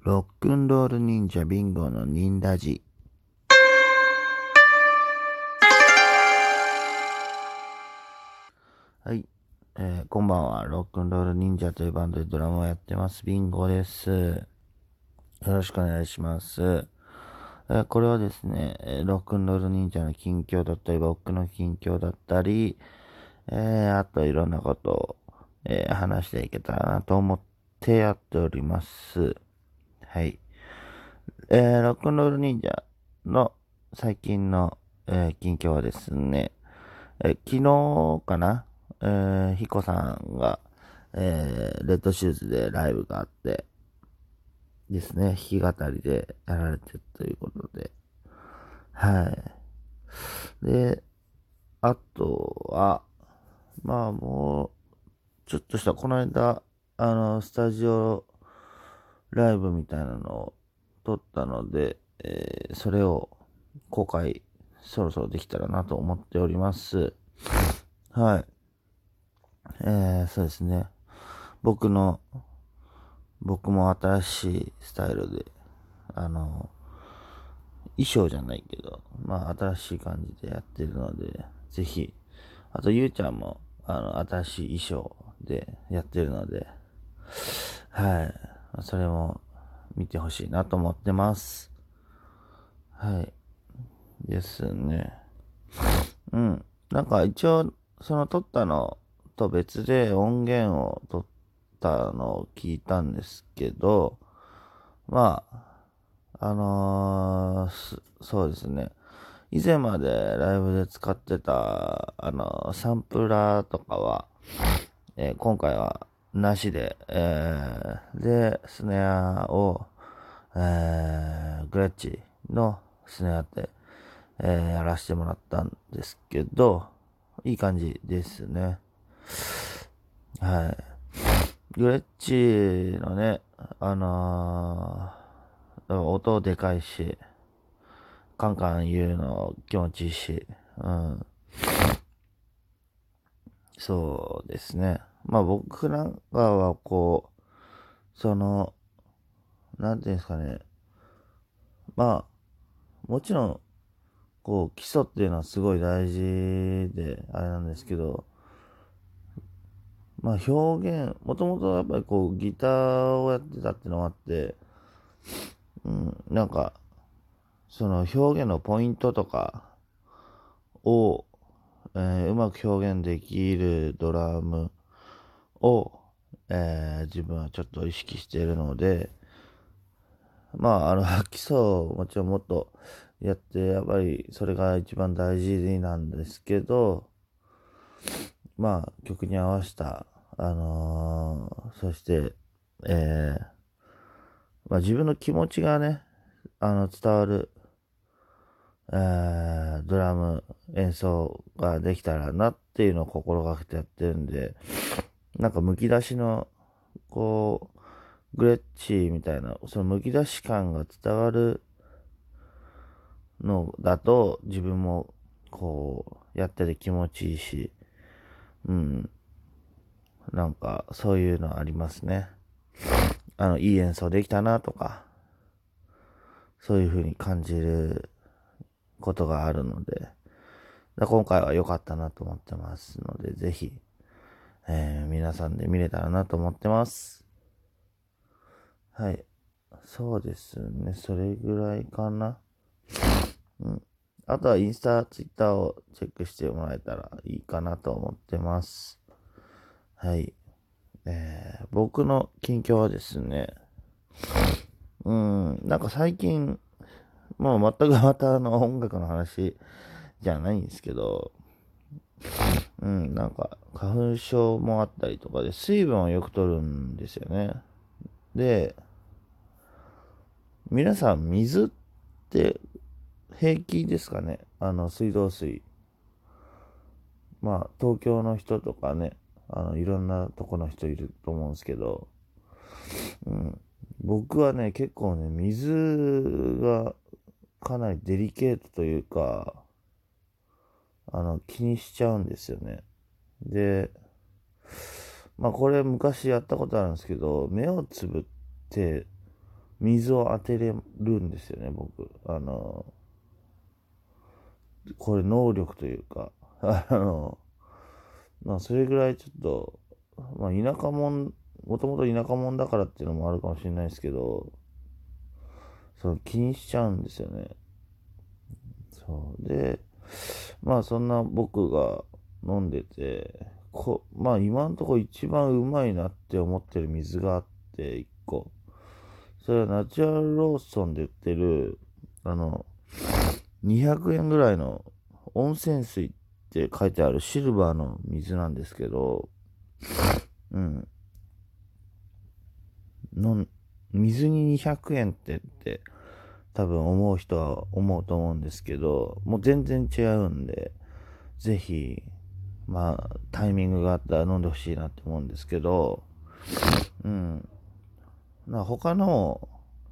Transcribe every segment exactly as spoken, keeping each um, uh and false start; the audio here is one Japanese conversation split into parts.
ロックンロール忍者ビンゴの忍ラジ。はい、えー、こんばんは。ロックンロール忍者というバンドでドラムをやってますビンゴです。よろしくお願いします。えー、これはですね、ロックンロール忍者の近況だったり、僕の近況だったり、えー、あといろんなことを、えー、話していけたらなと思ってやっております。はい。えー、ロックンロール忍者の最近の、えー近況はですね、えー昨日かな、えー、ヒコさんが、えーレッドシューズでライブがあってですね、弾き語りでやられてるということで、はい。で、あとは、まあもう、ちょっとした、この間、あの、スタジオライブみたいなのを撮ったので、えーそれを公開そろそろできたらなと思っております。はい。えー、そうですね。僕の、僕も新しいスタイルで、あの、衣装じゃないけど、まあ新しい感じでやってるので、ぜひ、あとゆうちゃんも、あの、新しい衣装でやってるので、はい。それも見てほしいなと思ってます。はい。ですね。うん。なんか一応、その撮ったのと別で音源を撮ったのを聞いたんですけど、まあ、あのーそうですね。以前までライブで使ってた、あのーサンプラーとかは、えー今回はなしで、えーで、スネアを、えーグレッチのスネアで、えーやらせてもらったんですけど、いい感じですね。はい。グレッチのね、あのー音でかいし、カンカン言うの気持ちいいし、うん。そうですね。まあ僕なんかはこう、その、なんていうんですかね。まあ、もちろん、こう、基礎っていうのはすごい大事で、あれなんですけど、まあ表現、もともとやっぱりこう、ギターをやってたっていうのもあって、うん、なんか、その表現のポイントとかを、えーうまく表現できるドラムを、えー自分はちょっと意識しているので、まあ、あの、基礎をもちろんもっとやって、やっぱりそれが一番大事なんですけど、まあ、曲に合わせた、あのーそして、えーまあ、自分の気持ちがね、あの、伝わる、えードラム演奏ができたらなっていうのを心がけてやってるんで、なんかむき出しの、こう、グレッチみたいな、そのむき出し感が伝わるのだと、自分も、こう、やってて気持ちいいし、うん、なんか、そういうのありますね。あの、いい演奏できたなとか、そういう風に感じることがあるので、今回は良かったなと思ってますので、ぜひ、えー皆さんで見れたらなと思ってます。はい。そうですね。それぐらいかな。うん。あとはインスタ、ツイッターをチェックしてもらえたらいいかなと思ってます。はい。えー僕の近況はですね、うん、なんか最近、まあ全くまたあの音楽の話じゃないんですけど、うん、なんか花粉症もあったりとかで水分をよく取るんですよね。で、皆さん水って平気ですかね？あの水道水。まあ東京の人とかね、あのいろんなとこの人いると思うんですけど、うん、僕はね、結構ね、水がかなりデリケートというか、あの、気にしちゃうんですよね。で、まあこれ昔やったことあるんですけど、目をつぶって水を当てれるんですよね、僕。あの、これ能力というか、あの、まあ、それぐらいちょっと、まあ、田舎もん、もともと田舎もんだからっていうのもあるかもしれないですけど、その気にしちゃうんですよね。そう。で、まあそんな僕が飲んでて、こまあ今んとこ一番うまいなって思ってる水があって一個。それはナチュラルローソンで売ってる、あの、にひゃくえんぐらいの温泉水って書いてあるシルバーの水なんですけど、うん。の水ににひゃくえんってって多分思う人は思うと思うんですけど、もう全然違うんで、ぜひ、まあ、タイミングがあったら飲んでほしいなって思うんですけど、うん。な他の、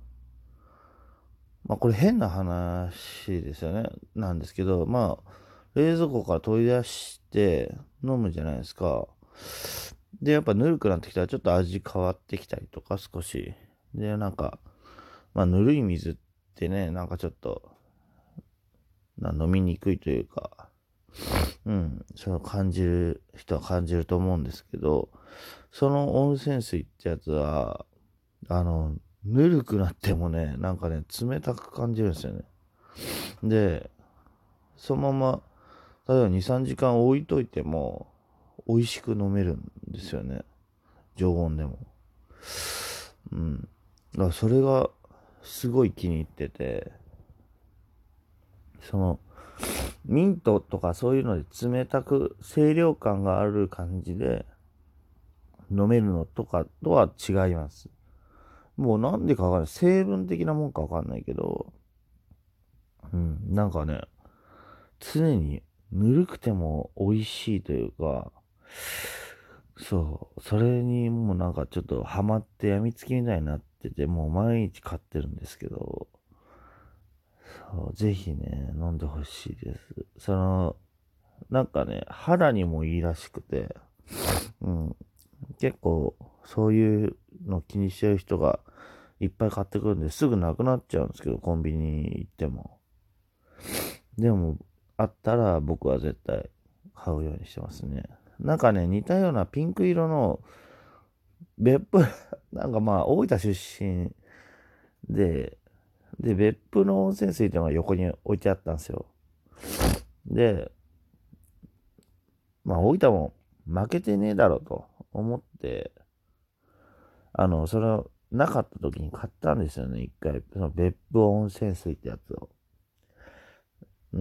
まあこれ変な話ですよね。なんですけど、まあ、冷蔵庫から取り出して飲むじゃないですか。で、やっぱぬるくなってきたらちょっと味変わってきたりとか少し。で、なんか、まあぬるい水ってね、なんかちょっと、な飲みにくいというか、うん、それを感じる人は感じると思うんですけど、その温泉水ってやつは、あの、ぬるくなってもね、なんかね、冷たく感じるんですよね。で、そのまま、例えばに、さんじかん置いといても、美味しく飲めるんですよね。常温でも。うん。だからそれが、すごい気に入ってて、その、ミントとかそういうので冷たく、清涼感がある感じで飲めるのとかとは違います。もうなんでかわかんない。成分的なもんかわかんないけど、うん、なんかね、常にぬるくても美味しいというか、そう、それにもうなんかちょっとハマって病みつきみたいになってて、もう毎日買ってるんですけど、そうぜひね、飲んでほしいです。その、なんかね、肌にもいいらしくて、うん、結構そういうの気にしてる人がいっぱい買ってくるんですぐなくなっちゃうんですけど、コンビニ行っても。でも、あったら僕は絶対買うようにしてますね。なんかね、似たようなピンク色の別府、なんかまあ、大分出身で、で、別府の温泉水っていうのが横に置いてあったんですよ。で、まあ、大分も負けてねえだろうと思って、あの、それをなかった時に買ったんですよね、一回。その別府温泉水ってやつを。うん、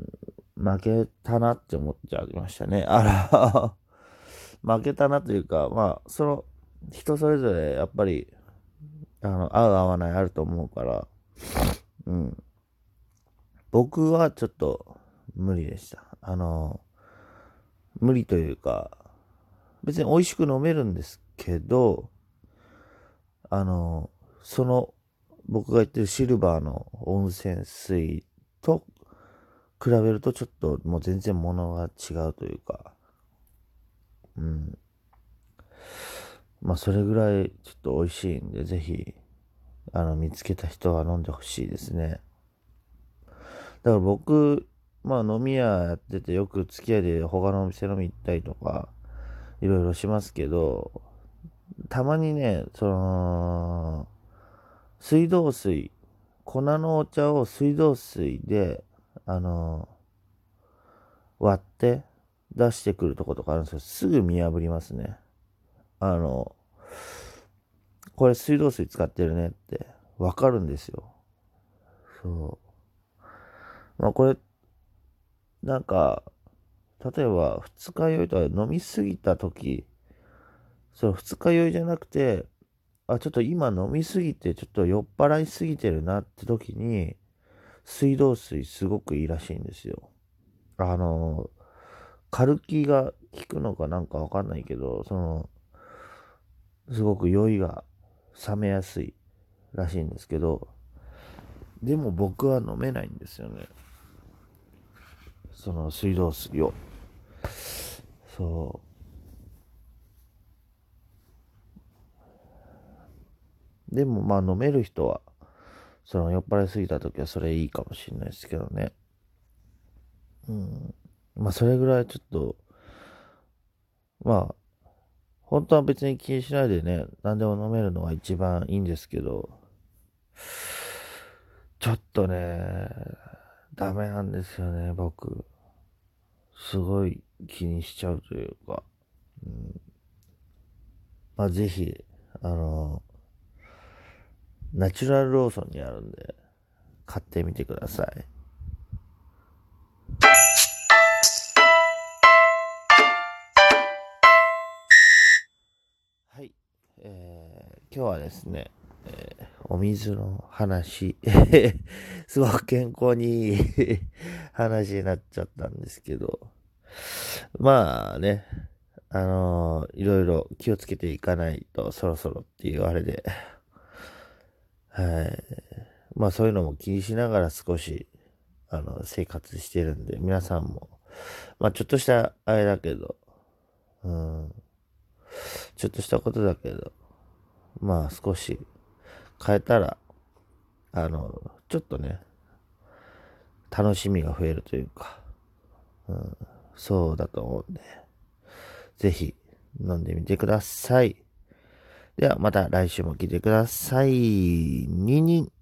負けたなって思っちゃいましたね。あら、負けたなというか、まあ、その、人それぞれやっぱり、あの、合う合わないあると思うから、うん。僕はちょっと無理でした。あの、無理というか、別に美味しく飲めるんですけど、あの、その、僕が言ってるシルバーの温泉水と比べるとちょっともう全然物が違うというか、うん。まあそれぐらいちょっと美味しいんで、ぜひ、あの、見つけた人は飲んでほしいですね。だから僕、まあ飲み屋やっててよく付き合いで他のお店飲み行ったりとか、いろいろしますけど、たまにね、その、水道水、粉のお茶を水道水で、あの割って出してくるとことかあるんですよ。すぐ見破りますね。あの、これ水道水使ってるねってわかるんですよ。そう。まあこれ、なんか、例えば二日酔いとか飲みすぎた時、その二日酔いじゃなくて、あ、ちょっと今飲みすぎて、ちょっと酔っ払いすぎてるなって時に、水道水すごくいいらしいんですよ。あの、カルキが効くのかなんかわかんないけど、その、すごく酔いが冷めやすいらしいんですけど、でも僕は飲めないんですよね。その水道水を。そう。でもまあ飲める人はその酔っ払いすぎた時はそれいいかもしれないですけどね。うん。まあそれぐらいちょっと、まあ、本当は別に気にしないでね、何でも飲めるのが一番いいんですけど、ちょっとね、ダメなんですよね、僕。すごい気にしちゃうというか。うん、まあぜひ、あの、ナチュラルローソンにあるんで、買ってみてください。はい。えー、今日はですね、えーお水の話、すごく健康にいい話になっちゃったんですけど、まあね、あのーいろいろ気をつけていかないとそろそろっていうあれで、はい。まあそういうのも気にしながら少し、あの、生活してるんで、皆さんも、まあちょっとしたあれだけど、うん、ちょっとしたことだけど、まあ少し変えたら、あの、ちょっとね、楽しみが増えるというか、うん、そうだと思うんで、ぜひ飲んでみてください。ではまた来週も来てください。にに